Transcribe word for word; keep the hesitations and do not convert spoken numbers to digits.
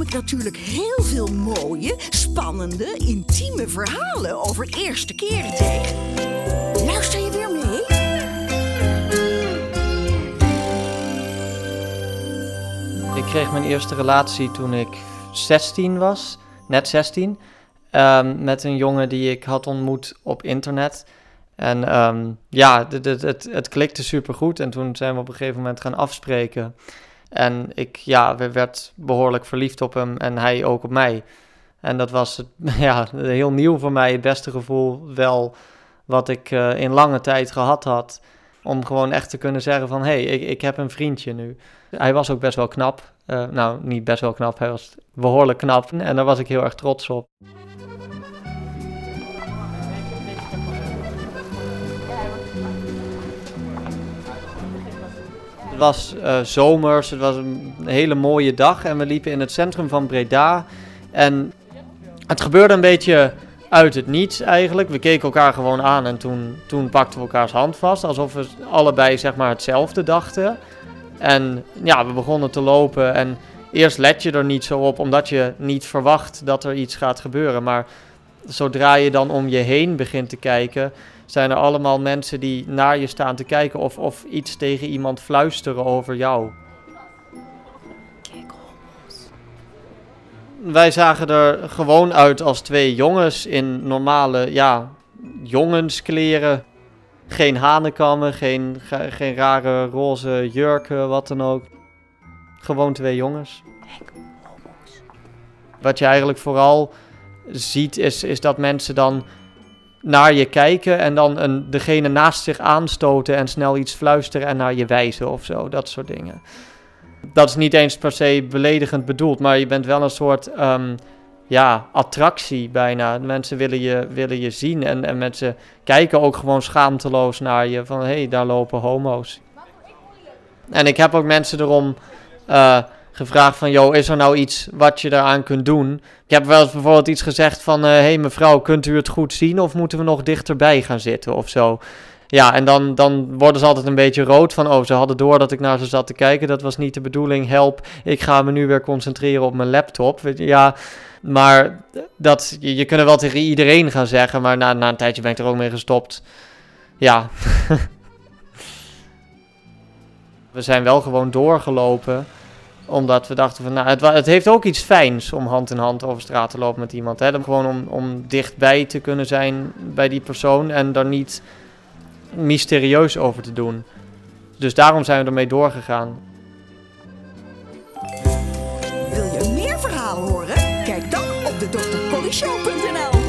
ik natuurlijk heel veel mooie, spannende, intieme verhalen over eerste keren tegen. Luister je weer mee? Ik kreeg mijn eerste relatie toen ik zestien was, net zestien, um, met een jongen die ik had ontmoet op internet. En um, ja, het, het, het, het klikte supergoed en toen zijn we op een gegeven moment gaan afspreken. En ik ja, werd behoorlijk verliefd op hem en hij ook op mij. En dat was ja, heel nieuw voor mij, het beste gevoel wel wat ik uh, in lange tijd gehad had. Om gewoon echt te kunnen zeggen van, hé, hey, ik, ik heb een vriendje nu. Hij was ook best wel knap. Uh, nou, niet best wel knap, hij was behoorlijk knap. En daar was ik heel erg trots op. Het was uh, zomers, het was een hele mooie dag en we liepen in het centrum van Breda. En het gebeurde een beetje uit het niets eigenlijk. We keken elkaar gewoon aan en toen, toen pakten we elkaars hand vast. Alsof we allebei zeg maar hetzelfde dachten. En ja, we begonnen te lopen en eerst let je er niet zo op, omdat je niet verwacht dat er iets gaat gebeuren. Maar zodra je dan om je heen begint te kijken, zijn er allemaal mensen die naar je staan te kijken of, of iets tegen iemand fluisteren over jou. Wij zagen er gewoon uit als twee jongens in normale, ja, jongenskleren. Geen hanenkammen, geen, geen rare roze jurken, wat dan ook. Gewoon twee jongens. Wat je eigenlijk vooral ziet is, is dat mensen dan naar je kijken en dan een, degene naast zich aanstoten en snel iets fluisteren en naar je wijzen of zo, dat soort dingen. Dat is niet eens per se beledigend bedoeld, maar je bent wel een soort um, ja, attractie bijna. Mensen willen je, willen je zien en, en mensen kijken ook gewoon schaamteloos naar je van, hé, hey, daar lopen homo's. En ik heb ook mensen erom uh, gevraagd van, joh, is er nou iets wat je daaraan kunt doen? Ik heb wel eens bijvoorbeeld iets gezegd van, hé uh, hey, mevrouw, kunt u het goed zien of moeten we nog dichterbij gaan zitten of zo? Ja, en dan, dan worden ze altijd een beetje rood van, oh, ze hadden door dat ik naar ze zat te kijken. Dat was niet de bedoeling, help, ik ga me nu weer concentreren op mijn laptop. Ja, maar dat, je, je kunt er wel tegen iedereen gaan zeggen, maar na, na een tijdje ben ik er ook mee gestopt. Ja. We zijn wel gewoon doorgelopen, omdat we dachten van, nou, het, het heeft ook iets fijns om hand in hand over straat te lopen met iemand. Hè? Gewoon om, om dichtbij te kunnen zijn bij die persoon en daar niet mysterieus over te doen. Dus daarom zijn we ermee doorgegaan. Wil je meer verhalen horen? Kijk dan op de D R Corrie Show punt n l.